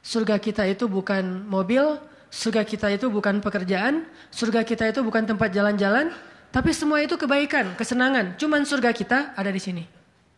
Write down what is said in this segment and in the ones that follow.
Surga kita itu bukan mobil, surga kita itu bukan pekerjaan, surga kita itu bukan tempat jalan-jalan, tapi semua itu kebaikan, kesenangan. Cuman surga kita ada di sini.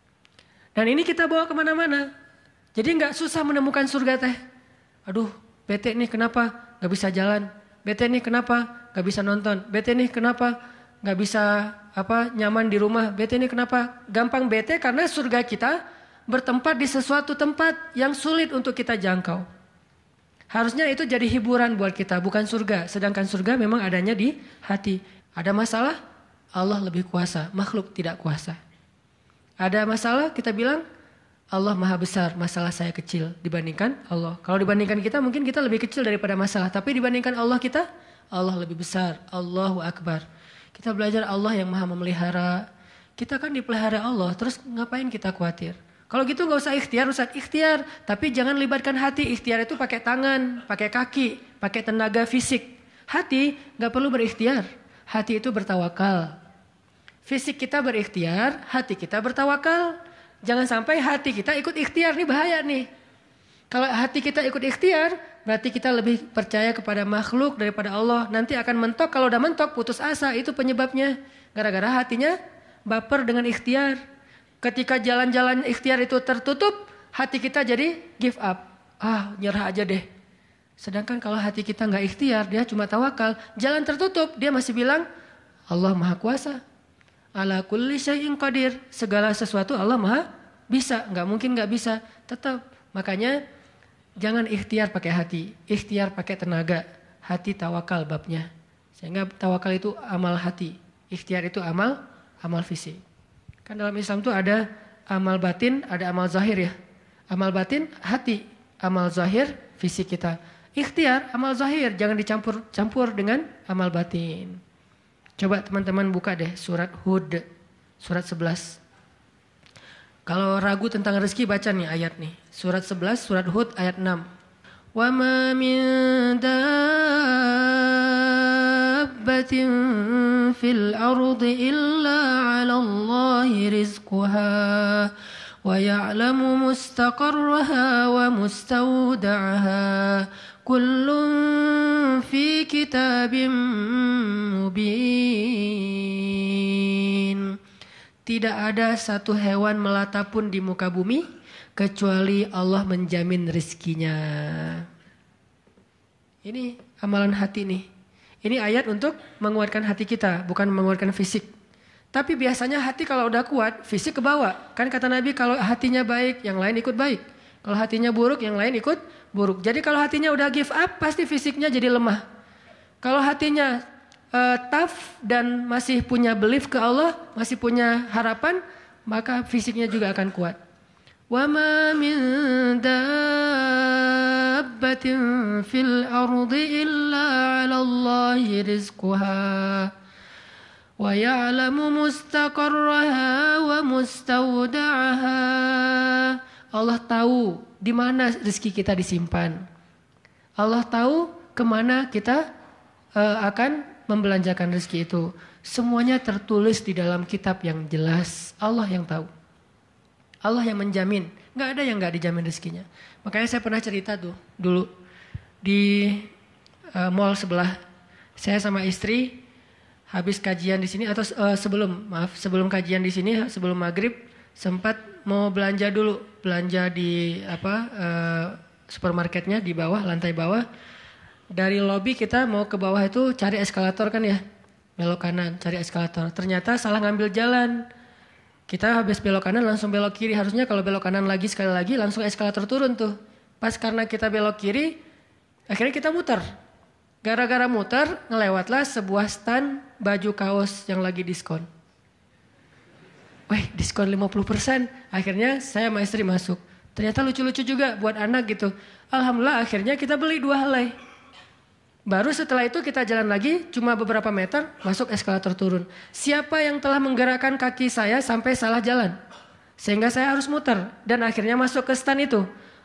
Dan ini kita bawa kemana-mana. Jadi nggak susah menemukan surga teh. Aduh, bete nih kenapa nggak bisa jalan? Bete nih kenapa nggak bisa nonton? Bete nih kenapa nggak bisa nyaman di rumah? Bete nih kenapa gampang bete? Karena surga kita bertempat di sesuatu tempat yang sulit untuk kita jangkau. Harusnya itu jadi hiburan buat kita, bukan surga. Sedangkan surga memang adanya di hati. Ada masalah, Allah lebih kuasa, makhluk tidak kuasa. Ada masalah, kita bilang Allah maha besar, masalah saya kecil dibandingkan Allah. Kalau dibandingkan kita, mungkin kita lebih kecil daripada masalah. Tapi dibandingkan Allah kita, Allah lebih besar. Allahu Akbar. Kita belajar Allah yang maha memelihara. Kita kan dipelihara Allah, terus ngapain kita khawatir? Kalau gitu nggak usah ikhtiar, Ustaz. Ikhtiar, tapi jangan libatkan hati. Ikhtiar itu pakai tangan, pakai kaki, pakai tenaga fisik. Hati nggak perlu berikhtiar. Hati itu bertawakal. Fisik kita berikhtiar, hati kita bertawakal. Jangan sampai hati kita ikut ikhtiar, nih bahaya nih. Kalau hati kita ikut ikhtiar, berarti kita lebih percaya kepada makhluk daripada Allah. Nanti akan mentok, kalau udah mentok putus asa, itu penyebabnya. Gara-gara hatinya baper dengan ikhtiar. Ketika jalan-jalan ikhtiar itu tertutup, hati kita jadi give up. Nyerah aja deh. Sedangkan kalau hati kita nggak ikhtiar, dia cuma tawakal. Jalan tertutup, dia masih bilang, Allah maha kuasa. Ala kulli syai'in qadir. Segala sesuatu Allah maha bisa. Nggak mungkin nggak bisa. Tetap. Makanya jangan ikhtiar pakai hati. Ikhtiar pakai tenaga. Hati tawakal babnya. Sehingga tawakal itu amal hati. Ikhtiar itu amal fisik. Kan dalam Islam itu ada amal batin, ada amal zahir ya. Amal batin hati, amal zahir fisik kita. Ikhtiar amal zahir, jangan dicampur dengan amal batin. Coba teman-teman buka deh surat Hud, surat 11. Kalau ragu tentang rezeki baca nih ayat nih. Surat 11, surat Hud ayat 6. Wa ma min dabbatin fil ardi illa 'ala Allahi rizquha wa ya'lamu mustaqarraha wa mustawda'aha kullun fi kitabim mubin. Tidak ada satu hewan melata pun di muka bumi kecuali Allah menjamin rezekinya. Ini amalan hati nih. Ini ayat untuk menguatkan hati kita, bukan menguatkan fisik. Tapi biasanya hati kalau udah kuat, fisik ke bawah. Kan kata Nabi kalau hatinya baik, yang lain ikut baik. Kalau hatinya buruk, yang lain ikut buruk. Jadi kalau hatinya udah give up, pasti fisiknya jadi lemah. Kalau hatinya tough dan masih punya belief ke Allah, masih punya harapan, maka fisiknya juga akan kuat. Wa ma min dabbatin fil ardi illa 'ala Allahi rizquha wa ya'lamu mustaqarraha wa mustawda'aha. Allah tahu di mana rezeki kita disimpan. Allah tahu kemana kita akan membelanjakan rezeki itu. Semuanya tertulis di dalam kitab yang jelas. Allah yang tahu. Allah yang menjamin. Nggak ada yang nggak dijamin rezekinya. Makanya saya pernah cerita tuh dulu di mall sebelah. Saya sama istri habis kajian di sini atau sebelum kajian di sini, sebelum maghrib sempat mau belanja dulu. Belanja di supermarketnya di bawah, lantai bawah. Dari lobi kita mau ke bawah itu cari eskalator kan ya. Belok kanan, cari eskalator. Ternyata salah ngambil jalan. Kita habis belok kanan langsung belok kiri. Harusnya kalau belok kanan lagi sekali lagi langsung eskalator turun tuh. Pas karena kita belok kiri, akhirnya kita muter. Gara-gara muter, ngelewatlah sebuah stand baju kaos yang lagi diskon. Wih, diskon 50%. Akhirnya saya sama istri masuk. Ternyata lucu-lucu juga buat anak gitu. Alhamdulillah akhirnya kita beli 2 helai. Baru setelah itu kita jalan lagi cuma beberapa meter masuk eskalator turun. Siapa yang telah menggerakkan kaki saya sampai salah jalan? Sehingga saya harus muter dan akhirnya masuk ke stand itu.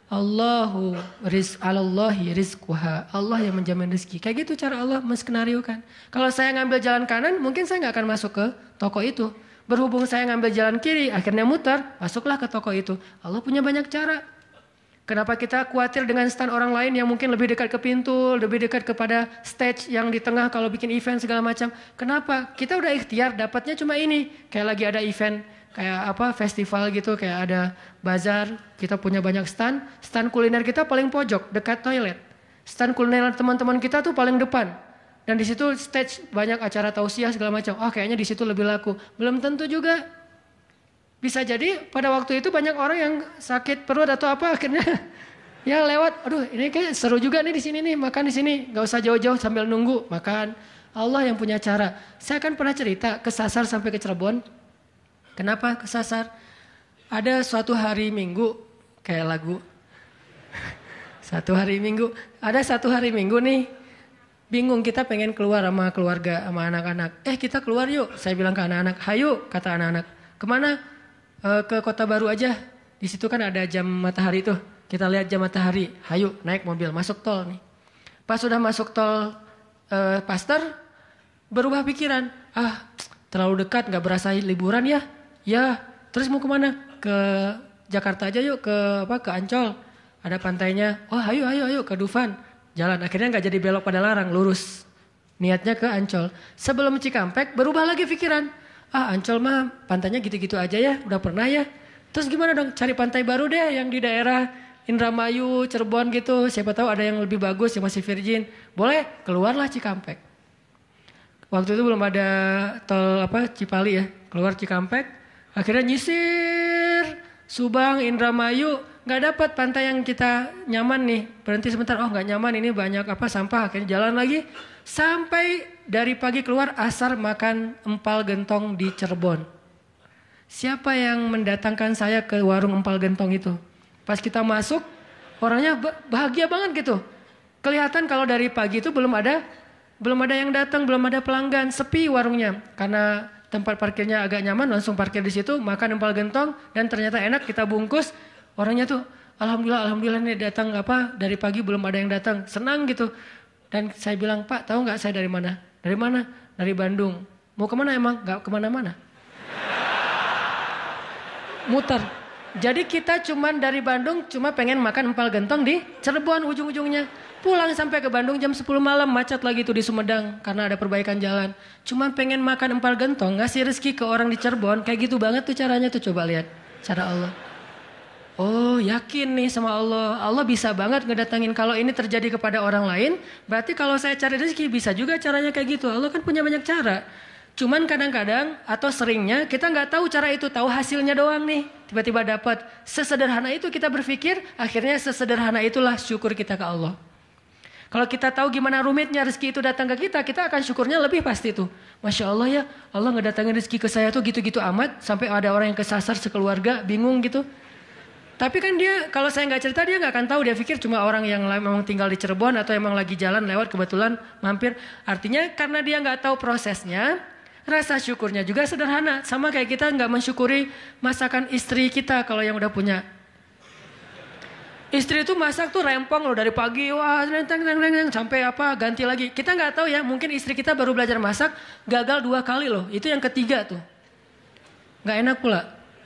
Alallahi rizquha. Allah yang menjamin rezeki. Kayak gitu cara Allah menskenariokan. Kalau saya ngambil jalan kanan mungkin saya gak akan masuk ke toko itu. Berhubung saya ngambil jalan kiri akhirnya muter, masuklah ke toko itu. Allah punya banyak cara. Kenapa kita khawatir dengan stand orang lain yang mungkin lebih dekat ke pintu, lebih dekat kepada stage yang di tengah kalau bikin event segala macam. Kenapa? Kita udah ikhtiar dapatnya cuma ini. Kayak lagi ada event, kayak apa festival gitu, kayak ada bazar, kita punya banyak stand. Stand kuliner kita paling pojok, dekat toilet. Stand kuliner teman-teman kita tuh paling depan. Dan di situ stage banyak acara tausiah segala macam. Oh kayaknya di situ lebih laku. Belum tentu juga. Bisa jadi pada waktu itu banyak orang yang sakit perut atau apa akhirnya ya lewat. Aduh ini kayak seru juga nih di sini nih, makan di sini. Gak usah jauh-jauh sambil nunggu makan. Allah yang punya cara. Saya kan pernah cerita kesasar sampai ke Cirebon. Kenapa kesasar? Ada suatu hari Minggu kayak lagu. Satu hari Minggu. Ada satu hari Minggu nih. Bingung kita pengen keluar sama keluarga sama anak-anak. Kita keluar yuk. Saya bilang ke anak-anak. Hayu kata anak-anak. Kemana? Ke Kota Baru aja. Di situ kan ada jam matahari tuh. Kita lihat jam matahari. Hayu naik mobil masuk tol nih. Pas sudah masuk tol Pasteur berubah pikiran. Terlalu dekat nggak berasa liburan ya. Ya terus mau kemana? Ke Jakarta aja yuk ke Ancol. Ada pantainya. Oh ayo ke Dufan. Jalan akhirnya nggak jadi belok pada larang lurus. Niatnya ke Ancol. Sebelum Cikampek berubah lagi pikiran. Ancol mah pantainya gitu-gitu aja ya, udah pernah ya. Terus gimana dong, cari pantai baru deh yang di daerah Indramayu, Cirebon gitu. Siapa tahu ada yang lebih bagus yang masih virgin. Boleh, keluarlah Cikampek. Waktu itu belum ada tol Cipali ya, keluar Cikampek. Akhirnya nyisir Subang, Indramayu, nggak dapat pantai yang kita nyaman nih. Berhenti sebentar, nggak nyaman ini banyak sampah. Akhirnya jalan lagi sampai dari pagi keluar asar makan empal gentong di Cirebon. Siapa yang mendatangkan saya ke warung empal gentong itu? Pas kita masuk, orangnya bahagia banget gitu. Kelihatan kalau dari pagi itu belum ada yang datang, belum ada pelanggan, sepi warungnya. Karena tempat parkirnya agak nyaman, langsung parkir di situ, makan empal gentong dan ternyata enak, kita bungkus. Orangnya tuh alhamdulillah nih datang dari pagi belum ada yang datang, senang gitu. Dan saya bilang, Pak tahu nggak saya dari mana? Dari mana? Dari Bandung. Mau kemana emang? Nggak kemana-mana. Muter. Jadi kita cuman dari Bandung cuma pengen makan empal gentong di Cirebon ujung-ujungnya. Pulang sampai ke Bandung jam 10 malam macet lagi tuh di Sumedang karena ada perbaikan jalan. Cuma pengen makan empal gentong, ngasih rezeki ke orang di Cirebon. Kayak gitu banget tuh caranya tuh, coba lihat cara Allah. Oh yakin nih sama Allah. Allah bisa banget ngedatangin. Kalau ini terjadi kepada orang lain, berarti kalau saya cari rezeki bisa juga caranya kayak gitu. Allah kan punya banyak cara. Cuman kadang-kadang atau seringnya kita nggak tahu cara itu, tahu hasilnya doang nih. Tiba-tiba dapat. Sesederhana itu kita berpikir, akhirnya sesederhana itulah syukur kita ke Allah. Kalau kita tahu gimana rumitnya rezeki itu datang ke kita, kita akan syukurnya lebih pasti tuh. Masya Allah ya, Allah ngedatangin rezeki ke saya tuh gitu-gitu amat. Sampai ada orang yang kesasar sekeluarga, bingung gitu. Tapi kan dia, kalau saya nggak cerita dia nggak akan tahu. Dia pikir cuma orang yang memang tinggal di Cirebon atau emang lagi jalan lewat kebetulan mampir. Artinya karena dia nggak tahu prosesnya, rasa syukurnya juga sederhana. Sama kayak kita nggak mensyukuri masakan istri kita kalau yang udah punya. Istri itu masak tuh rempong loh dari pagi, wah sampai ganti lagi. Kita nggak tahu ya, mungkin istri kita baru belajar masak, gagal 2 kali loh. Itu yang ketiga tuh, nggak enak pula.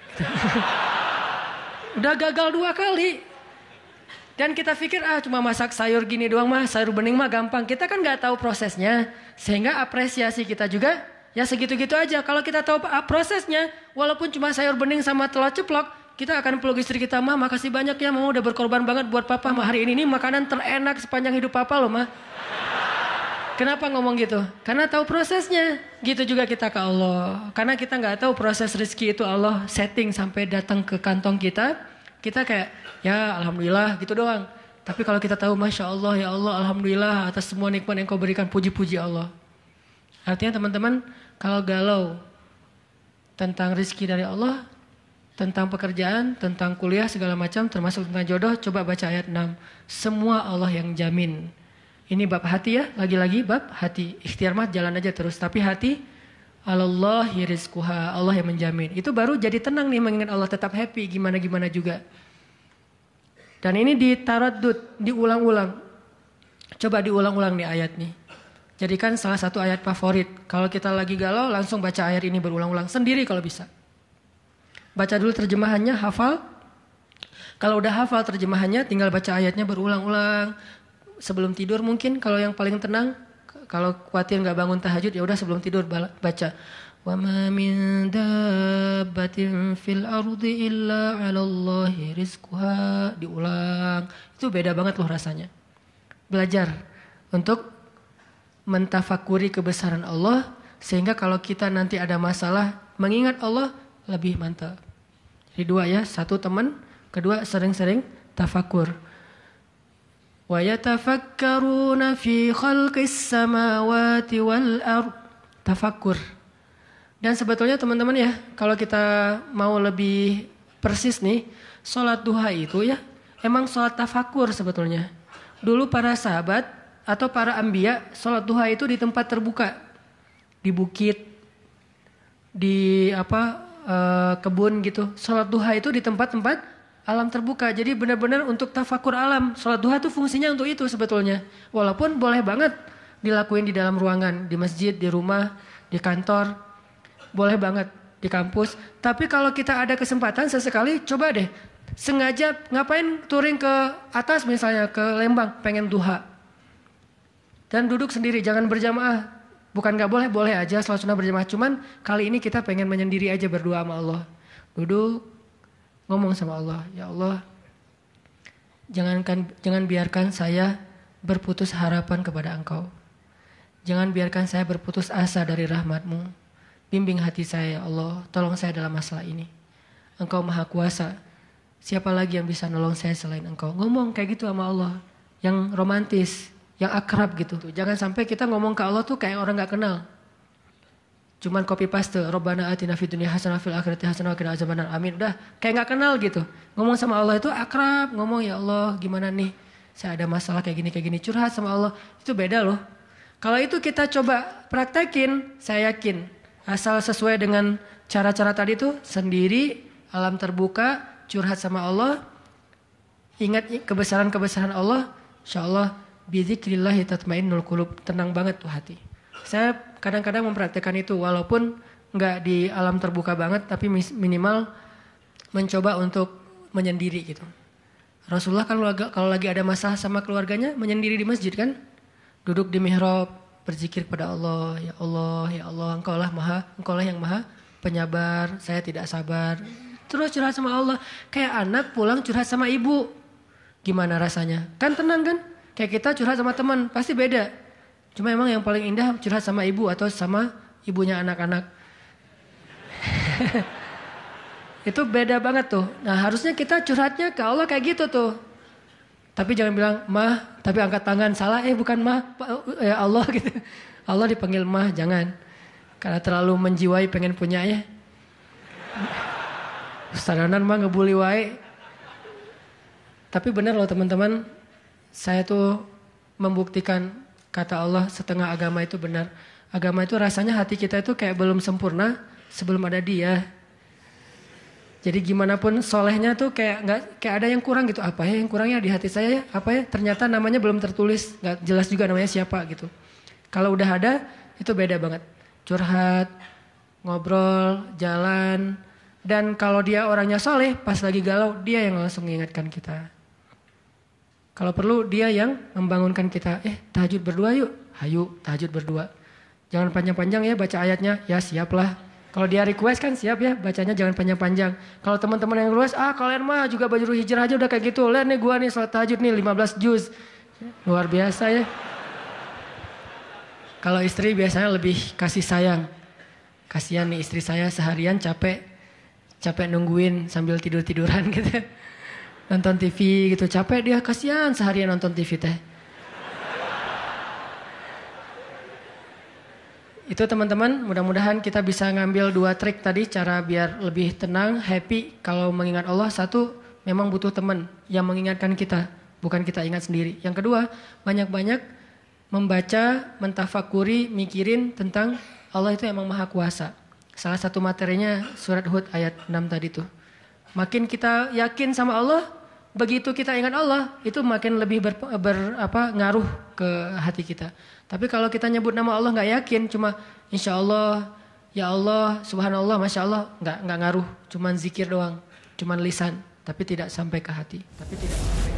Udah gagal 2 kali. Dan kita pikir cuma masak sayur gini doang mah, sayur bening mah gampang. Kita kan nggak tahu prosesnya, sehingga apresiasi kita juga ya segitu-gitu aja. Kalau kita tahu prosesnya, walaupun cuma sayur bening sama telur ceplok, kita akan peluk istri kita, mah makasih banyak ya, mama udah berkorban banget buat papa. Mah hari ini makanan terenak sepanjang hidup papa loh mah. Kenapa ngomong gitu? Karena tahu prosesnya. Gitu juga kita ke Allah. Karena kita nggak tahu proses rezeki itu Allah setting sampai datang ke kantong kita. Kita kayak ya alhamdulillah gitu doang. Tapi kalau kita tahu Masya Allah ya Allah alhamdulillah atas semua nikmat yang kau berikan, puji-puji Allah. Artinya teman-teman kalau galau tentang rezeki dari Allah, tentang pekerjaan, tentang kuliah segala macam termasuk tentang jodoh, coba baca ayat 6. Semua Allah yang jamin. Ini bab hati ya, lagi-lagi bab hati. Ikhtiar mah jalan aja terus, tapi hati Allahi rizquha, Allah yang menjamin. Itu baru jadi tenang nih mengingat Allah, tetap happy gimana-gimana juga. Dan ini ditaraddud, diulang-ulang. Coba diulang-ulang nih ayat nih. Jadikan salah satu ayat favorit. Kalau kita lagi galau langsung baca ayat ini berulang-ulang sendiri kalau bisa. Baca dulu terjemahannya, hafal. Kalau udah hafal terjemahannya tinggal baca ayatnya berulang-ulang. Sebelum tidur mungkin kalau yang paling tenang. Kalau khawatir nggak bangun tahajud ya udah sebelum tidur baca. Wa ma min dabbatin fil ardi illa 'alallahi rizquha. Diulang. Itu beda banget loh rasanya. Belajar untuk mentafakuri kebesaran Allah sehingga kalau kita nanti ada masalah mengingat Allah lebih mantap. Jadi dua ya, satu teman, kedua sering-sering tafakur. Wa yatafakkaruna fi khalqis samawati wal ard. Tafakur. Dan sebetulnya teman-teman ya, kalau kita mau lebih persis nih, sholat duha itu ya, emang sholat tafakur sebetulnya. Dulu para sahabat atau para anbiya, sholat duha itu di tempat terbuka. Di bukit, di kebun gitu. Sholat duha itu di tempat-tempat alam terbuka. Jadi benar-benar untuk tafakur alam. Sholat duha itu fungsinya untuk itu sebetulnya. Walaupun boleh banget dilakuin di dalam ruangan, di masjid, di rumah, di kantor. Boleh banget di kampus. Tapi kalau kita ada kesempatan sesekali coba deh. Sengaja ngapain touring ke atas misalnya ke Lembang pengen duha. Dan duduk sendiri jangan berjamaah. Bukan gak boleh, boleh aja sholat sunnah berjamaah. Cuman kali ini kita pengen menyendiri aja berdoa sama Allah. Duduk, ngomong sama Allah. Ya Allah, jangan biarkan saya berputus harapan kepada Engkau. Jangan biarkan saya berputus asa dari rahmat-Mu. Bimbing hati saya ya Allah, tolong saya dalam masalah ini. Engkau maha kuasa. Siapa lagi yang bisa nolong saya selain Engkau? Ngomong kayak gitu sama Allah. Yang romantis. Yang akrab gitu. Jangan sampai kita ngomong ke Allah tuh kayak orang gak kenal. Cuman copy paste. Rabbana atina fid dunya hasanah fil akhirati hasanah wa qina azabannar. Amin. Udah kayak gak kenal gitu. Ngomong sama Allah itu akrab. Ngomong ya Allah gimana nih. Saya ada masalah kayak gini. Curhat sama Allah. Itu beda loh. Kalau itu kita coba praktekin. Saya yakin. Asal sesuai dengan cara-cara tadi tuh. Sendiri. Alam terbuka. Curhat sama Allah. Ingat kebesaran-kebesaran Allah. Insya Allah. Bizikrillahi tatmainnul qulub. Tenang banget tuh hati. Saya kadang-kadang mempraktekkan itu walaupun nggak di alam terbuka banget tapi minimal mencoba untuk menyendiri gitu. Rasulullah kalau lagi ada masalah sama keluarganya menyendiri di masjid kan, duduk di mihrab berzikir kepada Allah, ya Allah, ya Allah, Engkau lah yang maha penyabar, saya tidak sabar. Terus curhat sama Allah, kayak anak pulang curhat sama ibu, gimana rasanya? Kan tenang kan? Kayak kita curhat sama teman, pasti beda. Cuma emang yang paling indah curhat sama ibu atau sama ibunya anak-anak. Itu beda banget tuh. Nah harusnya kita curhatnya ke Allah kayak gitu tuh. Tapi jangan bilang mah, tapi angkat tangan salah. Bukan mah, ya Allah gitu. Allah dipanggil mah, jangan. Karena terlalu menjiwai pengen punya ya. Ustadanan mah ngebully wae. Tapi benar loh teman-teman. Saya tuh membuktikan kata Allah setengah agama itu benar. Agama itu rasanya hati kita itu kayak belum sempurna sebelum ada Dia. Jadi gimana pun solehnya tuh kayak ada yang kurang gitu. Apa ya yang kurangnya di hati saya ya? Apa ya? Ternyata namanya belum tertulis, nggak jelas juga namanya siapa gitu. Kalau udah ada itu beda banget. Curhat, ngobrol, jalan. Dan kalau dia orangnya soleh, pas lagi galau dia yang langsung mengingatkan kita. Kalau perlu dia yang membangunkan kita. Tahajud berdua yuk. Hayu tahajud berdua. Jangan panjang-panjang ya baca ayatnya. Ya siap lah. Kalau dia request kan siap ya. Bacanya jangan panjang-panjang. Kalau teman-teman yang request. Kalian mah juga baju hijrah aja udah kayak gitu. Lihat nih gua nih salat tahajud nih 15 juz. Luar biasa ya. Kalau istri biasanya lebih kasih sayang. Kasihan nih istri saya seharian capek nungguin sambil tidur-tiduran gitu. Nonton TV gitu, capek dia, kasihan seharian nonton TV teh. Itu teman-teman, mudah-mudahan kita bisa ngambil 2 trik tadi, cara biar lebih tenang, happy. Kalau mengingat Allah, satu, memang butuh teman yang mengingatkan kita, bukan kita ingat sendiri. Yang kedua, banyak-banyak membaca, mentafakuri, mikirin tentang Allah itu emang maha kuasa. Salah satu materinya surat Hud ayat 6 tadi tuh. Makin kita yakin sama Allah, begitu kita ingat Allah, itu makin lebih ngaruh ke hati kita. Tapi kalau kita nyebut nama Allah nggak yakin, cuma insya Allah, ya Allah, subhanallah, masya Allah, nggak ngaruh, cuman zikir doang, cuman lisan. tapi tidak sampai ke hati.